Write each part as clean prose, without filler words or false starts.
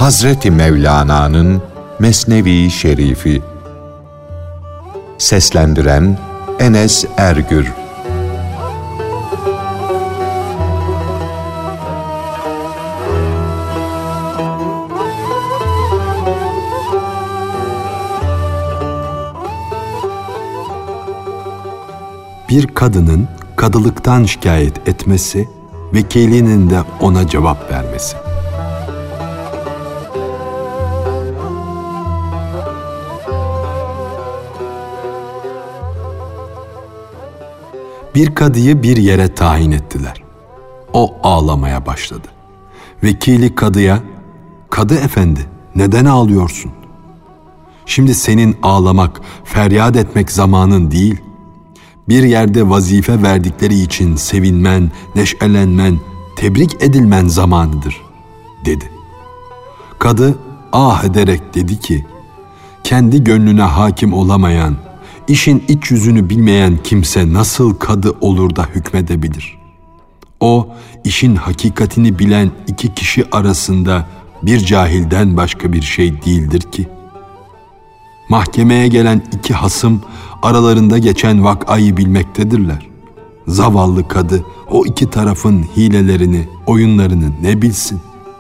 Hazreti Mevlana'nın Mesnevi Şerifi. Seslendiren Enes Ergür. Bir kadının kadılıktan şikayet etmesi, vekilinin de ona cevap vermesi. Bir kadıyı bir yere tayin ettiler. O ağlamaya başladı. Vekili kadıya, "Kadı efendi, neden ağlıyorsun? Şimdi senin ağlamak, feryat etmek zamanın değil. Bir yerde vazife verdikleri için sevinmen, neşelenmen, tebrik edilmen zamanıdır," dedi. Kadı ah ederek dedi ki, "Kendi gönlüne hakim olamayan, işin iç yüzünü bilmeyen kimse nasıl kadı olur da hükmedebilir? O, işin hakikatini bilen iki kişi arasında bir cahilden başka bir şey değildir ki. Mahkemeye gelen iki hasım aralarında geçen vakayı bilmektedirler. Zavallı kadı o iki tarafın hilelerini, oyunlarını ne bilsin?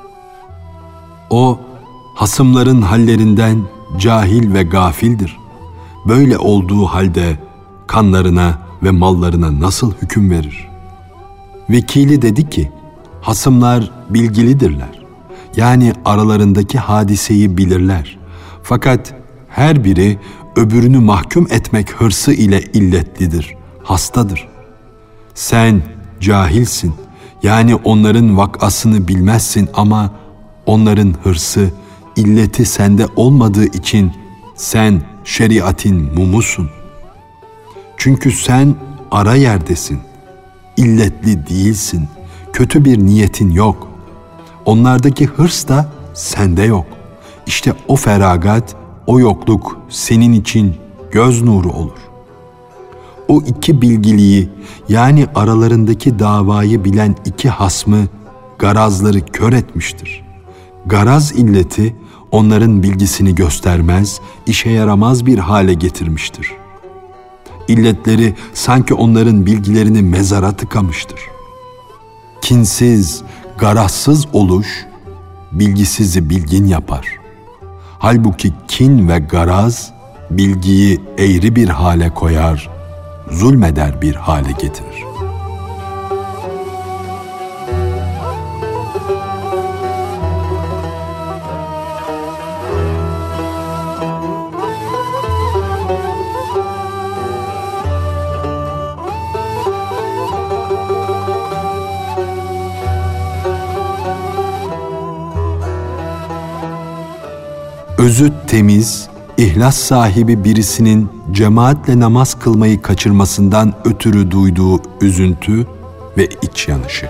O, hasımların hallerinden cahil ve gafildir. Böyle olduğu halde kanlarına ve mallarına nasıl hüküm verir?" Vekili dedi ki, "Hasımlar bilgilidirler. Yani aralarındaki hadiseyi bilirler. Fakat her biri öbürünü mahkum etmek hırsı ile illetlidir, hastadır. Sen cahilsin, yani onların vakasını bilmezsin ama onların hırsı, illeti sende olmadığı için sen şeriatin mumusun. Çünkü sen ara yerdesin, illetli değilsin, kötü bir niyetin yok. Onlardaki hırs da sende yok. İşte o feragat, o yokluk senin için göz nuru olur. O iki bilgiliyi, yani aralarındaki davayı bilen iki hasmı, garazları kör etmiştir. Garaz illeti onların bilgisini göstermez, işe yaramaz bir hale getirmiştir. İlletleri sanki onların bilgilerini mezara tıkamıştır. Kinsiz, garazsız oluş, bilgisizi bilgin yapar. Halbuki kin ve garaz, bilgiyi eğri bir hale koyar, zulmeder bir hale getirir. Özü temiz, ihlas sahibi birisinin cemaatle namaz kılmayı kaçırmasından ötürü duyduğu üzüntü ve iç yanışı.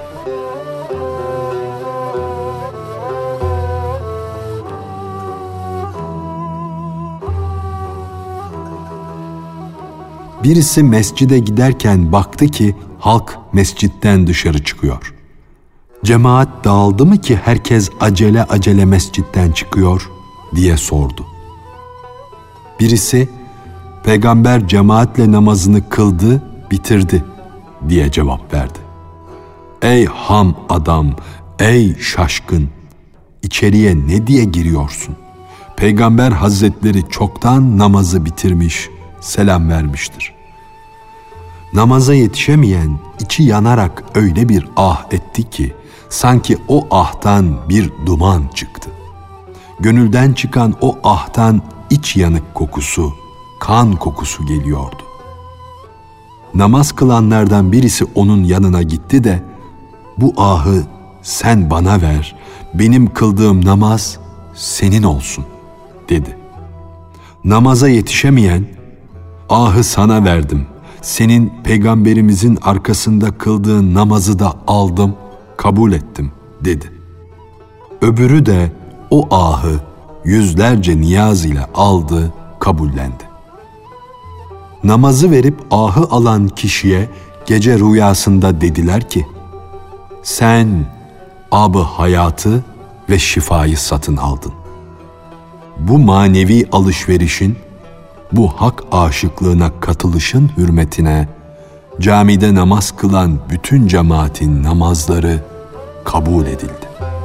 Birisi mescide giderken baktı ki halk mescitten dışarı çıkıyor. "Cemaat dağıldı mı ki herkes acele acele mescitten çıkıyor?" diye sordu. Birisi, "Peygamber cemaatle namazını kıldı, bitirdi," diye cevap verdi. "Ey ham adam, ey şaşkın, içeriye ne diye giriyorsun? Peygamber Hazretleri çoktan namazı bitirmiş, selam vermiştir." Namaza yetişemeyen içi yanarak öyle bir ah etti ki sanki o ahtan bir duman çıktı. Gönülden çıkan o ahtan iç yanık kokusu, kan kokusu geliyordu. Namaz kılanlardan birisi onun yanına gitti de, "Bu ahı sen bana ver, benim kıldığım namaz senin olsun," dedi. Namaza yetişemeyen, "Ahı sana verdim, senin peygamberimizin arkasında kıldığın namazı da aldım, kabul ettim," dedi. Öbürü de o ahı yüzlerce niyaz ile aldı, kabullendi. Namazı verip ahı alan kişiye gece rüyasında dediler ki, "Sen ab-ı hayatı ve şifayı satın aldın. Bu manevi alışverişin, bu hak aşıklığına katılışın hürmetine, camide namaz kılan bütün cemaatin namazları kabul edildi.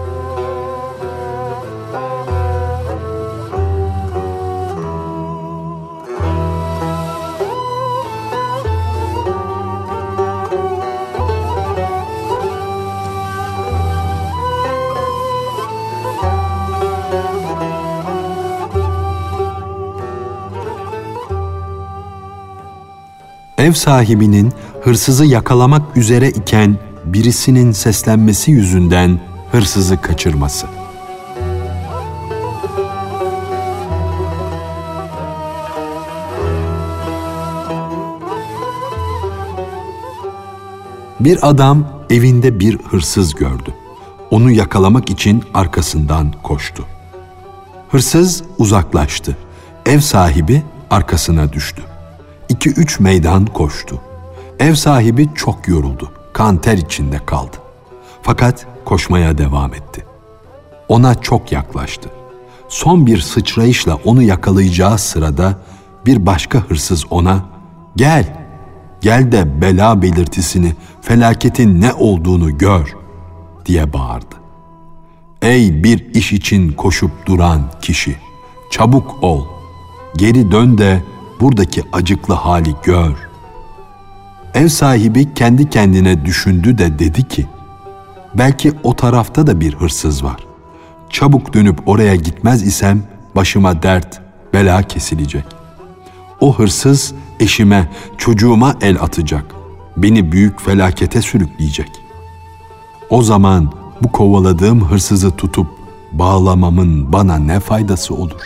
Ev sahibinin hırsızı yakalamak üzere iken birisinin seslenmesi yüzünden hırsızı kaçırması. Bir adam evinde bir hırsız gördü. Onu yakalamak için arkasından koştu. Hırsız uzaklaştı. Ev sahibi arkasına düştü. 2-3 meydan koştu. Ev sahibi çok yoruldu. Kan ter içinde kaldı. Fakat koşmaya devam etti. Ona çok yaklaştı. Son bir sıçrayışla onu yakalayacağı sırada bir başka hırsız ona "Gel, gel de bela belirtisini, felaketin ne olduğunu gör" diye bağırdı. Ey bir iş için koşup duran kişi, çabuk ol, geri dön de buradaki acıklı hali gör. Ev sahibi kendi kendine düşündü de dedi ki, belki o tarafta da bir hırsız var. Çabuk dönüp oraya gitmez isem başıma dert, bela kesilecek. O hırsız eşime, çocuğuma el atacak. Beni büyük felakete sürükleyecek. O zaman bu kovaladığım hırsızı tutup bağlamamın bana ne faydası olur?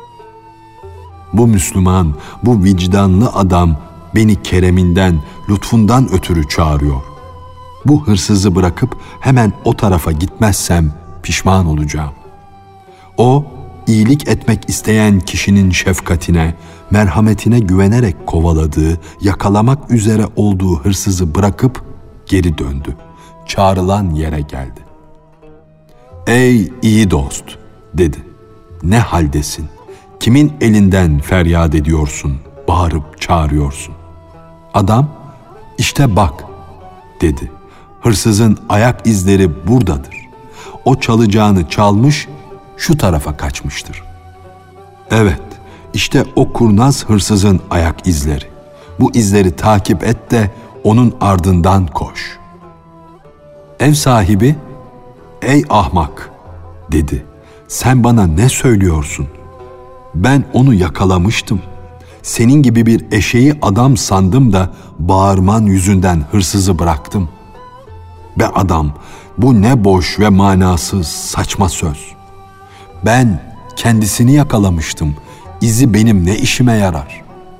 Bu Müslüman, bu vicdanlı adam beni kereminden, lütfundan ötürü çağırıyor. Bu hırsızı bırakıp hemen o tarafa gitmezsem pişman olacağım. O, iyilik etmek isteyen kişinin şefkatine, merhametine güvenerek kovaladığı, yakalamak üzere olduğu hırsızı bırakıp geri döndü. Çağrılan yere geldi. "Ey iyi dost," dedi. "Ne haldesin? Kimin elinden feryat ediyorsun, bağırıp çağırıyorsun?" Adam, "İşte bak," dedi. "Hırsızın ayak izleri buradadır. O çalacağını çalmış, şu tarafa kaçmıştır." "Evet, işte o kurnaz hırsızın ayak izleri. Bu izleri takip et de onun ardından koş." Ev sahibi, "Ey ahmak," dedi. "Sen bana ne söylüyorsun? Ben onu yakalamıştım. Senin gibi bir eşeği adam sandım da bağırman yüzünden hırsızı bıraktım." "Be adam, bu ne boş ve manasız saçma söz. Ben kendisini yakalamıştım. İzi benim ne işime yarar?"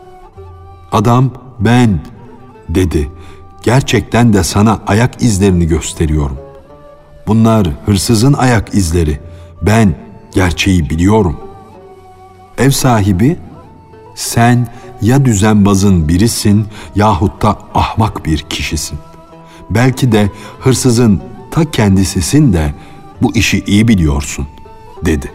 Adam, "Ben," dedi. "Gerçekten de sana ayak izlerini gösteriyorum. Bunlar hırsızın ayak izleri. Ben gerçeği biliyorum." Ev sahibi, "Sen ya düzenbazın birisin yahut da ahmak bir kişisin. Belki de hırsızın ta kendisisin de bu işi iyi biliyorsun," dedi.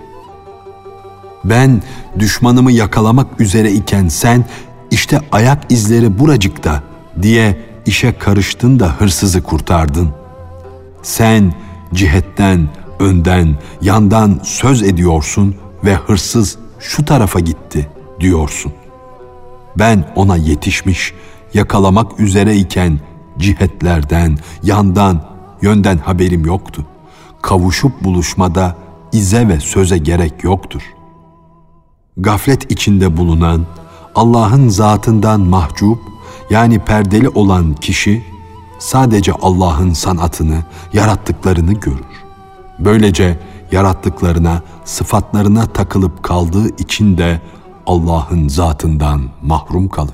"Ben düşmanımı yakalamak üzere iken sen işte ayak izleri buracıkta diye işe karıştın da hırsızı kurtardın. Sen cihetten, önden, yandan söz ediyorsun ve hırsız şu tarafa gitti diyorsun. Ben ona yetişmiş, yakalamak üzereyken cihetlerden, yandan, yönden haberim yoktu. Kavuşup buluşmada ize ve söze gerek yoktur." Gaflet içinde bulunan, Allah'ın zatından mahcup, yani perdeli olan kişi, sadece Allah'ın sanatını, yarattıklarını görür. Böylece yarattıklarına, sıfatlarına takılıp kaldığı için de Allah'ın zatından mahrum kalır.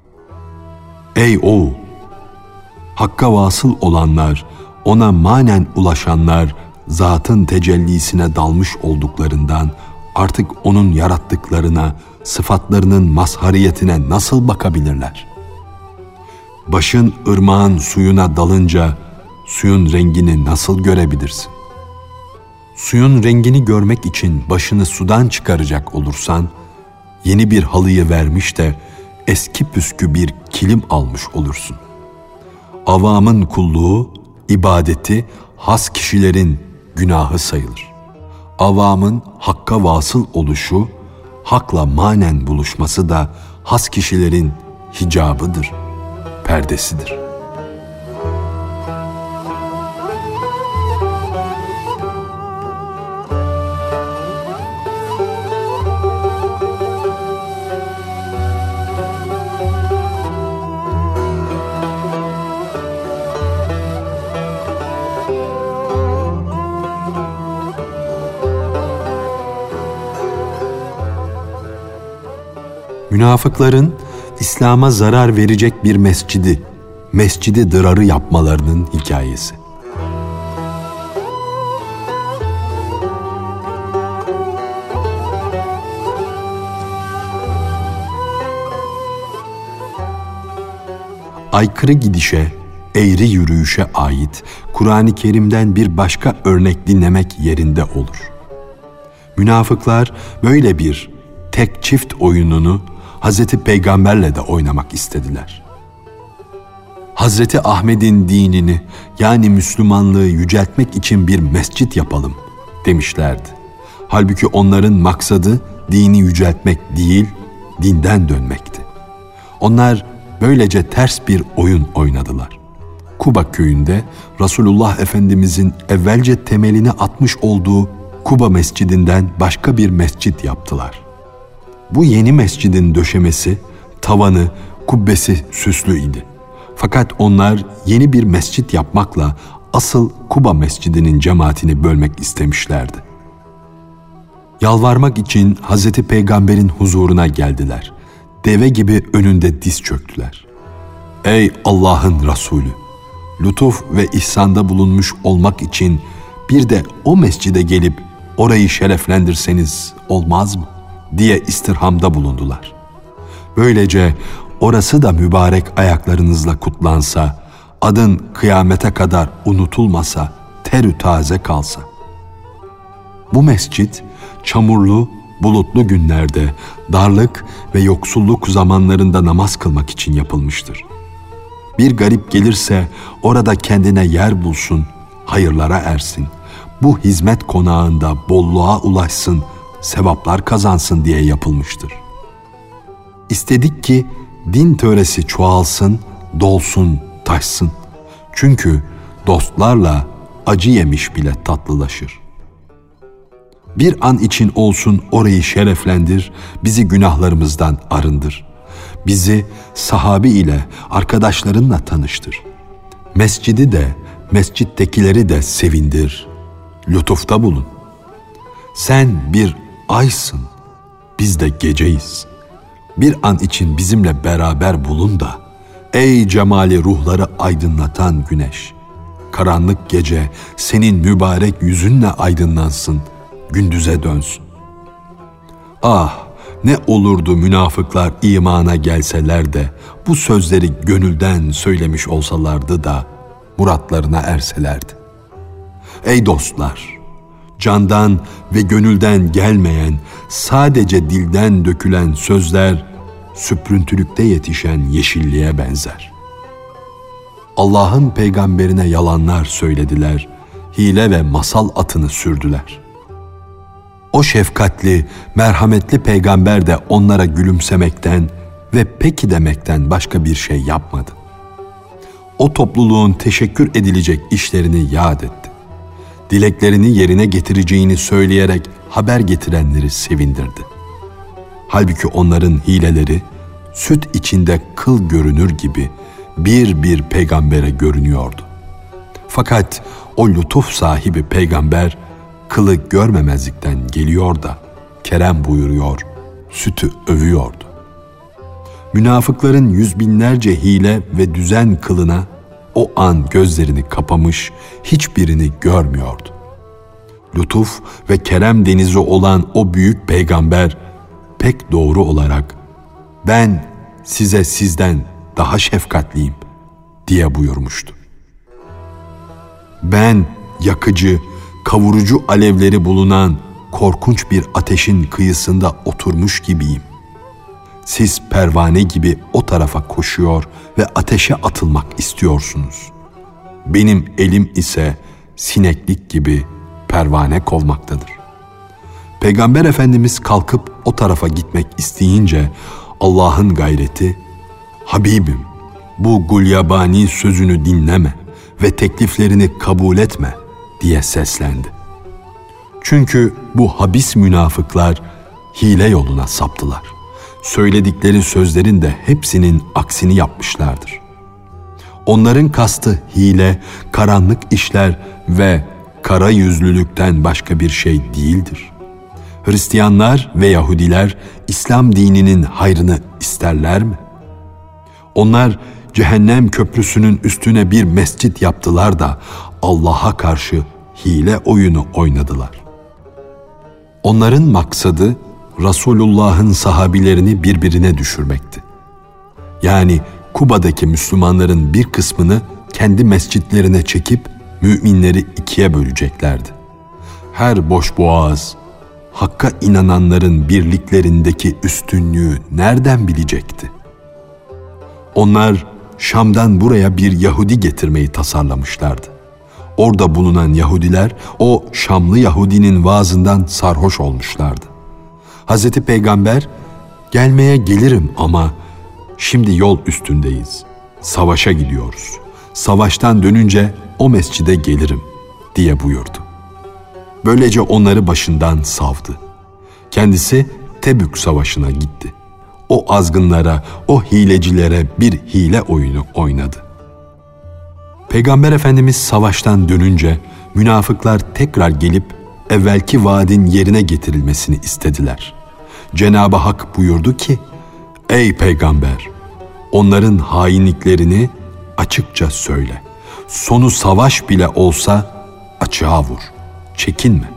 Ey oğul! Hakka vasıl olanlar, ona manen ulaşanlar, zatın tecellisine dalmış olduklarından artık onun yarattıklarına, sıfatlarının mazhariyetine nasıl bakabilirler? Başın ırmağın suyuna dalınca suyun rengini nasıl görebilirsin? Suyun rengini görmek için başını sudan çıkaracak olursan, yeni bir halıyı vermiş de eski püskü bir kilim almış olursun. Avamın kulluğu, ibadeti has kişilerin günahı sayılır. Avamın hakka vasıl oluşu, hakla manen buluşması da has kişilerin hicabıdır, perdesidir. Münafıkların İslam'a zarar verecek bir mescidi dırarı yapmalarının hikayesi. Aykırı gidişe, eğri yürüyüşe ait Kur'an-ı Kerim'den bir başka örnek dinlemek yerinde olur. Münafıklar böyle bir tek çift oyununu Hazreti Peygamberle de oynamak istediler. Hazreti Ahmet'in dinini, yani Müslümanlığı yüceltmek için bir mescit yapalım demişlerdi. Halbuki onların maksadı dini yüceltmek değil, dinden dönmekti. Onlar böylece ters bir oyun oynadılar. Kuba köyünde Resulullah Efendimizin evvelce temelini atmış olduğu Kuba mescidinden başka bir mescit yaptılar. Bu yeni mescidin döşemesi, tavanı, kubbesi süslü idi. Fakat onlar yeni bir mescit yapmakla asıl Kuba mescidinin cemaatini bölmek istemişlerdi. Yalvarmak için Hazreti Peygamber'in huzuruna geldiler. Deve gibi önünde diz çöktüler. Ey Allah'ın Resulü! Lütuf ve ihsanda bulunmuş olmak için bir de o mescide gelip orayı şereflendirseniz olmaz mı? Diye istirhamda bulundular. Böylece orası da mübarek ayaklarınızla kutlansa, adın kıyamete kadar unutulmasa, terü taze kalsa. Bu mescit çamurlu, bulutlu günlerde, darlık ve yoksulluk zamanlarında namaz kılmak için yapılmıştır. Bir garip gelirse orada kendine yer bulsun, hayırlara ersin. Bu hizmet konağında bolluğa ulaşsın, sevaplar kazansın diye yapılmıştır. İstedik ki din töresi çoğalsın, dolsun, taşsın. Çünkü dostlarla acı yemiş bile tatlılaşır. Bir an için olsun orayı şereflendir, bizi günahlarımızdan arındır. Bizi sahabi ile, arkadaşlarınla tanıştır. Mescidi de, mescittekileri de sevindir, lütufta bulun. Sen bir aysın, biz de geceyiz. Bir an için bizimle beraber bulun da, ey cemali ruhları aydınlatan güneş, karanlık gece senin mübarek yüzünle aydınlansın, gündüze dönsün. Ah, ne olurdu münafıklar imana gelseler de, bu sözleri gönülden söylemiş olsalardı da, muratlarına erselerdi. Ey dostlar! Candan ve gönülden gelmeyen, sadece dilden dökülen sözler, süprüntülükte yetişen yeşilliğe benzer. Allah'ın peygamberine yalanlar söylediler, hile ve masal atını sürdüler. O şefkatli, merhametli peygamber de onlara gülümsemekten ve peki demekten başka bir şey yapmadı. O topluluğun teşekkür edilecek işlerini yad etti. Dileklerini yerine getireceğini söyleyerek haber getirenleri sevindirdi. Halbuki onların hileleri süt içinde kıl görünür gibi bir peygambere görünüyordu. Fakat o lütuf sahibi peygamber kılı görmemezlikten geliyor da kerem buyuruyor, sütü övüyordu. Münafıkların yüz binlerce hile ve düzen kılına o an gözlerini kapamış, hiçbirini görmüyordu. Lütuf ve kerem denizi olan o büyük peygamber pek doğru olarak ben size sizden daha şefkatliyim diye buyurmuştu. Ben yakıcı, kavurucu alevleri bulunan korkunç bir ateşin kıyısında oturmuş gibiyim. Siz pervane gibi o tarafa koşuyor ve ateşe atılmak istiyorsunuz. Benim elim ise sineklik gibi pervane kovmaktadır. Peygamber Efendimiz kalkıp o tarafa gitmek isteyince Allah'ın gayreti, Habibim, bu gulyabani sözünü dinleme ve tekliflerini kabul etme diye seslendi. Çünkü bu habis münafıklar hile yoluna saptılar. Söyledikleri sözlerin de hepsinin aksini yapmışlardır. Onların kastı hile, karanlık işler ve kara yüzlülükten başka bir şey değildir. Hristiyanlar ve Yahudiler İslam dininin hayrını isterler mi? Onlar cehennem köprüsünün üstüne bir mescit yaptılar da Allah'a karşı hile oyunu oynadılar. Onların maksadı Resulullah'ın sahabilerini birbirine düşürmekti. Yani Kuba'daki Müslümanların bir kısmını kendi mescitlerine çekip müminleri ikiye böleceklerdi. Her boşboğaz, Hakk'a inananların birliklerindeki üstünlüğü nereden bilecekti? Onlar Şam'dan buraya bir Yahudi getirmeyi tasarlamışlardı. Orada bulunan Yahudiler o Şamlı Yahudinin vaazından sarhoş olmuşlardı. Hazreti Peygamber, gelmeye gelirim ama şimdi yol üstündeyiz. Savaşa gidiyoruz. Savaştan dönünce o mescide gelirim diye buyurdu. Böylece onları başından savdı. Kendisi Tebük Savaşı'na gitti. O azgınlara, o hilecilere bir hile oyunu oynadı. Peygamber Efendimiz savaştan dönünce münafıklar tekrar gelip evvelki vaadin yerine getirilmesini istediler. Cenab-ı Hak buyurdu ki, ey Peygamber, onların hainliklerini açıkça söyle. Sonu savaş bile olsa açığa vur, çekinme.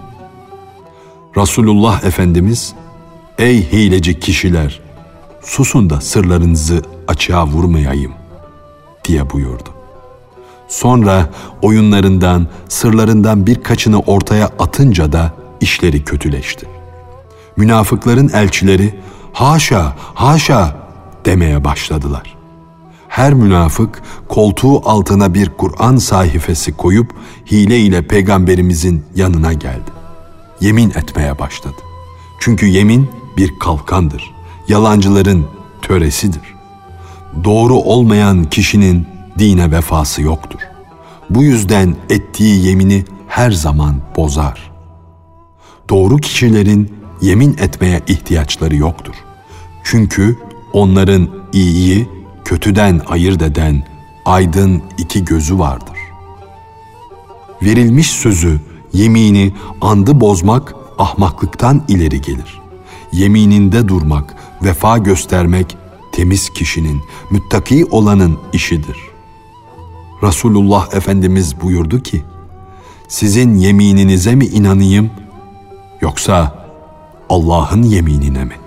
Resulullah Efendimiz, ey hileci kişiler, susun da sırlarınızı açığa vurmayayım diye buyurdu. Sonra oyunlarından, sırlarından birkaçını ortaya atınca da işleri kötüleşti. Münafıkların elçileri haşa, haşa demeye başladılar. Her münafık koltuğu altına bir Kur'an sayfası koyup hile ile Peygamberimizin yanına geldi. Yemin etmeye başladı. Çünkü yemin bir kalkandır. Yalancıların töresidir. Doğru olmayan kişinin dine vefası yoktur. Bu yüzden ettiği yemini her zaman bozar. Doğru kişilerin yemin etmeye ihtiyaçları yoktur. Çünkü onların iyiyi kötüden ayırt eden aydın iki gözü vardır. Verilmiş sözü, yemini, andı bozmak ahmaklıktan ileri gelir. Yemininde durmak, vefa göstermek temiz kişinin, müttaki olanın işidir. Resulullah Efendimiz buyurdu ki, sizin yemininize mi inanayım yoksa Allah'ın yeminine mi?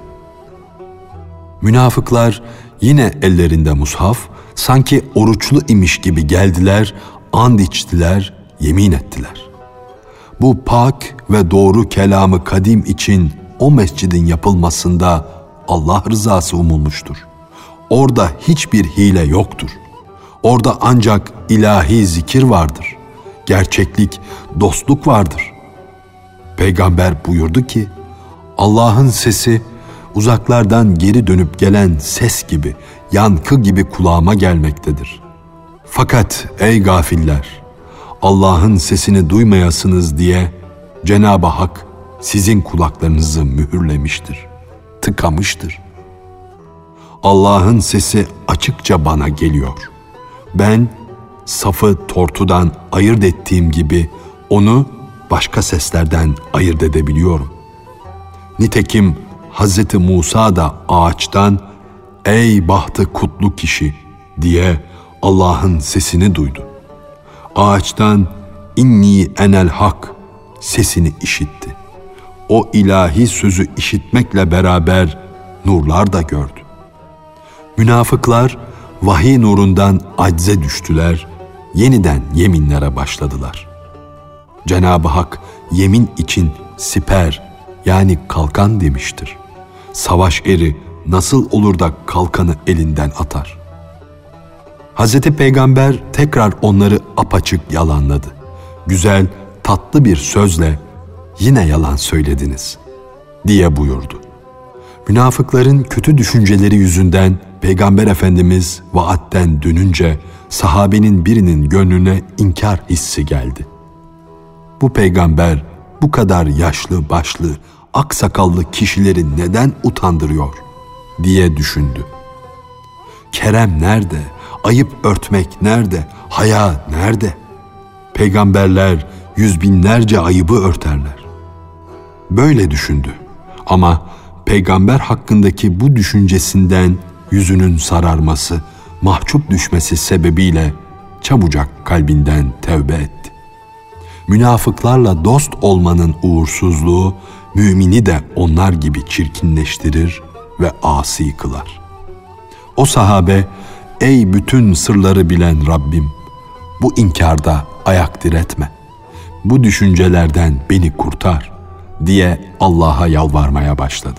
Münafıklar yine ellerinde mushaf, sanki oruçlu imiş gibi geldiler, and içtiler, yemin ettiler. Bu pak ve doğru kelamı kadim için o mescidin yapılmasında Allah rızası umulmuştur. Orada hiçbir hile yoktur. Orada ancak ilahi zikir vardır. Gerçeklik, dostluk vardır. Peygamber buyurdu ki, Allah'ın sesi uzaklardan geri dönüp gelen ses gibi, yankı gibi kulağıma gelmektedir. Fakat ey gafiller, Allah'ın sesini duymayasınız diye Cenab-ı Hak sizin kulaklarınızı mühürlemiştir, tıkamıştır. Allah'ın sesi açıkça bana geliyor. Ben safı tortudan ayırt ettiğim gibi onu başka seslerden ayırt edebiliyorum. Nitekim Hz. Musa da ağaçtan ''Ey bahtı kutlu kişi'' diye Allah'ın sesini duydu. Ağaçtan ''İnni enel hak'' sesini işitti. O ilahi sözü işitmekle beraber nurlar da gördü. Münafıklar vahiy nurundan acze düştüler, yeniden yeminlere başladılar. Cenab-ı Hak yemin için siper yani kalkan demiştir. Savaş eri nasıl olur da kalkanı elinden atar? Hazreti Peygamber tekrar onları apaçık yalanladı. Güzel, tatlı bir sözle yine yalan söylediniz diye buyurdu. Münafıkların kötü düşünceleri yüzünden Peygamber Efendimiz vaatten dönünce sahabenin birinin gönlüne inkar hissi geldi. Bu peygamber bu kadar yaşlı başlı, aksakallı kişileri neden utandırıyor diye düşündü. Kerem nerede? Ayıp örtmek nerede? Haya nerede? Peygamberler yüz binlerce ayıbı örterler. Böyle düşündü ama peygamber hakkındaki bu düşüncesinden yüzünün sararması, mahcup düşmesi sebebiyle çabucak kalbinden tevbe etti. Münafıklarla dost olmanın uğursuzluğu, mümini de onlar gibi çirkinleştirir ve asi kılar. O sahabe, ey bütün sırları bilen Rabbim, bu inkarda ayak diretme, bu düşüncelerden beni kurtar diye Allah'a yalvarmaya başladı.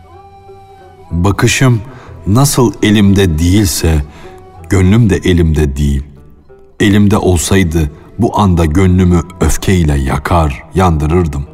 Bakışım nasıl elimde değilse, gönlüm de elimde değil. Elimde olsaydı bu anda gönlümü öfkeyle yakar, yandırırdım.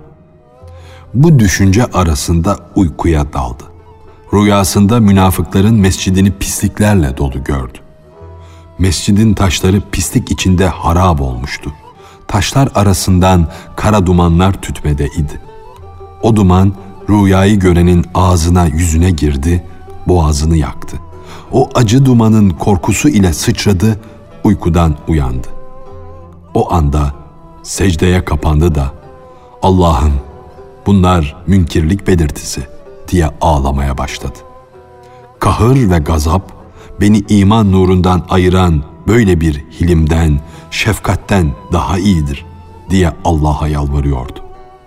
Bu düşünce arasında uykuya daldı. Rüyasında münafıkların mescidini pisliklerle dolu gördü. Mescidin taşları pislik içinde harap olmuştu. Taşlar arasından kara dumanlar tütmede idi. O duman rüyayı görenin ağzına yüzüne girdi, boğazını yaktı. O acı dumanın korkusu ile sıçradı, uykudan uyandı. O anda secdeye kapandı da Allah'ım bunlar münkirlik belirtisi diye ağlamaya başladı. Kahır ve gazap beni iman nurundan ayıran böyle bir hilimden, şefkatten daha iyidir diye Allah'a yalvarıyordu.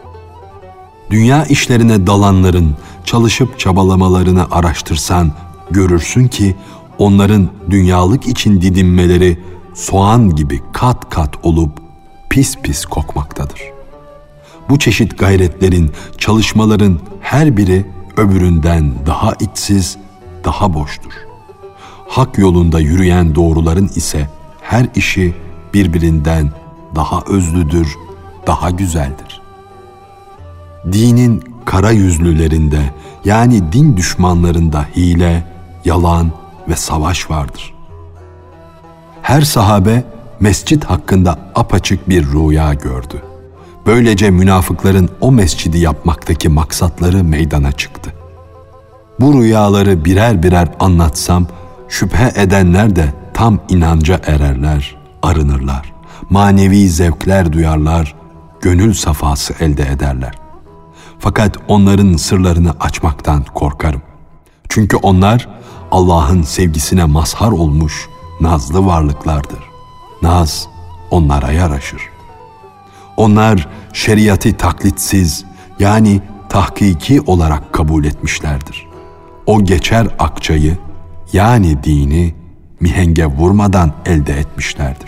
Dünya işlerine dalanların çalışıp çabalamalarını araştırsan görürsün ki onların dünyalık için didinmeleri soğan gibi kat kat olup pis pis kokmaktadır. Bu çeşit gayretlerin, çalışmaların her biri öbüründen daha içsiz, daha boştur. Hak yolunda yürüyen doğruların ise her işi birbirinden daha özlüdür, daha güzeldir. Dinin kara yüzlülerinde yani din düşmanlarında hile, yalan ve savaş vardır. Her sahabe mescit hakkında apaçık bir rüya gördü. Böylece münafıkların o mescidi yapmaktaki maksatları meydana çıktı. Bu rüyaları birer birer anlatsam şüphe edenler de tam inanca ererler, arınırlar. Manevi zevkler duyarlar, gönül safası elde ederler. Fakat onların sırlarını açmaktan korkarım. Çünkü onlar Allah'ın sevgisine mazhar olmuş nazlı varlıklardır. Naz onlara yaraşır. Onlar şeriatı taklitsiz yani tahkiki olarak kabul etmişlerdir. O geçer akçayı yani dini mihenge vurmadan elde etmişlerdir.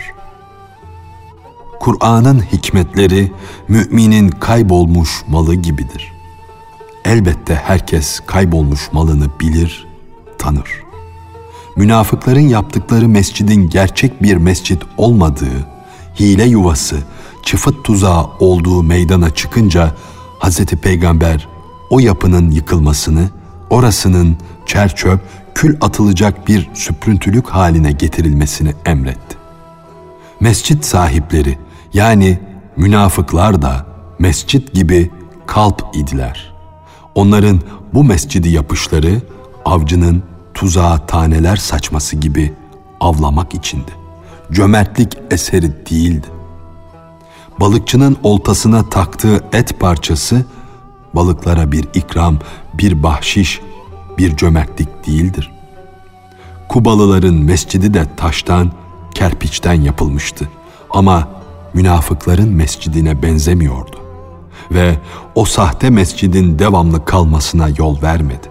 Kur'an'ın hikmetleri müminin kaybolmuş malı gibidir. Elbette herkes kaybolmuş malını bilir, tanır. Münafıkların yaptıkları mescidin gerçek bir mescit olmadığı, hile yuvası, çıfıt tuzağı olduğu meydana çıkınca Hazreti Peygamber o yapının yıkılmasını, orasının çer-çöp, kül atılacak bir süprüntülük haline getirilmesini emretti. Mescit sahipleri yani münafıklar da mescit gibi kalp idiler. Onların bu mescidi yapışları avcının tuzağa taneler saçması gibi avlamak içindi. Cömertlik eseri değildi. Balıkçının oltasına taktığı et parçası balıklara bir ikram, bir bahşiş, bir cömertlik değildir. Kubalıların mescidi de taştan, kerpiçten yapılmıştı ama münafıkların mescidine benzemiyordu ve o sahte mescidin devamlı kalmasına yol vermedi.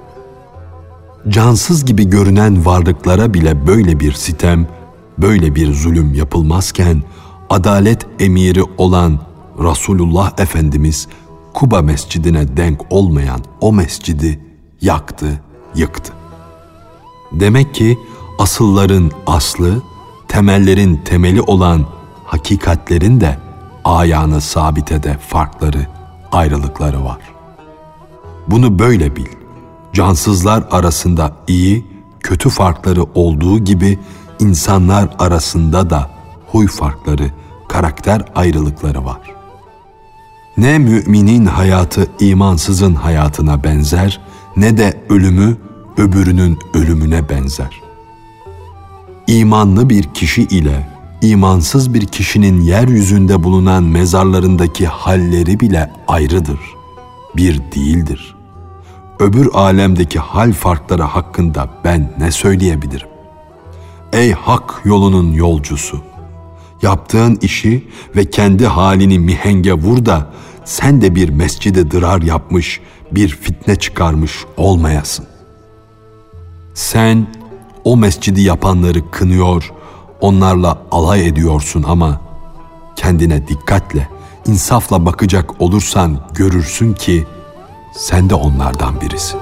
Cansız gibi görünen varlıklara bile böyle bir sitem, böyle bir zulüm yapılmazken adalet emiri olan Resulullah Efendimiz Kuba Mescidine denk olmayan o mescidi yaktı, yıktı. Demek ki asılların aslı, temellerin temeli olan hakikatlerin de ayağını sabitede farkları, ayrılıkları var. Bunu böyle bil. Cansızlar arasında iyi, kötü farkları olduğu gibi insanlar arasında da huy farkları, karakter ayrılıkları var. Ne müminin hayatı imansızın hayatına benzer, ne de ölümü öbürünün ölümüne benzer. İmanlı bir kişi ile imansız bir kişinin yeryüzünde bulunan mezarlarındaki halleri bile ayrıdır, bir değildir. Öbür alemdeki hal farkları hakkında ben ne söyleyebilirim? Ey hak yolunun yolcusu! Yaptığın işi ve kendi halini mihenge vur da sen de bir mescide dırar yapmış, bir fitne çıkarmış olmayasın. Sen o mescidi yapanları kınıyor, onlarla alay ediyorsun ama kendine dikkatle, insafla bakacak olursan görürsün ki sen de onlardan birisin.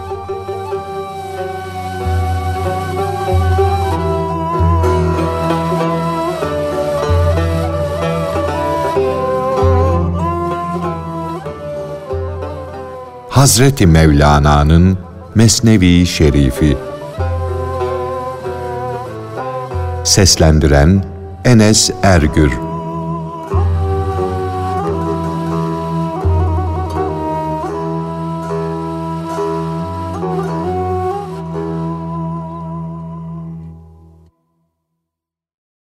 Hazreti Mevlana'nın Mesnevi Şerifi. Seslendiren Enes Ergür.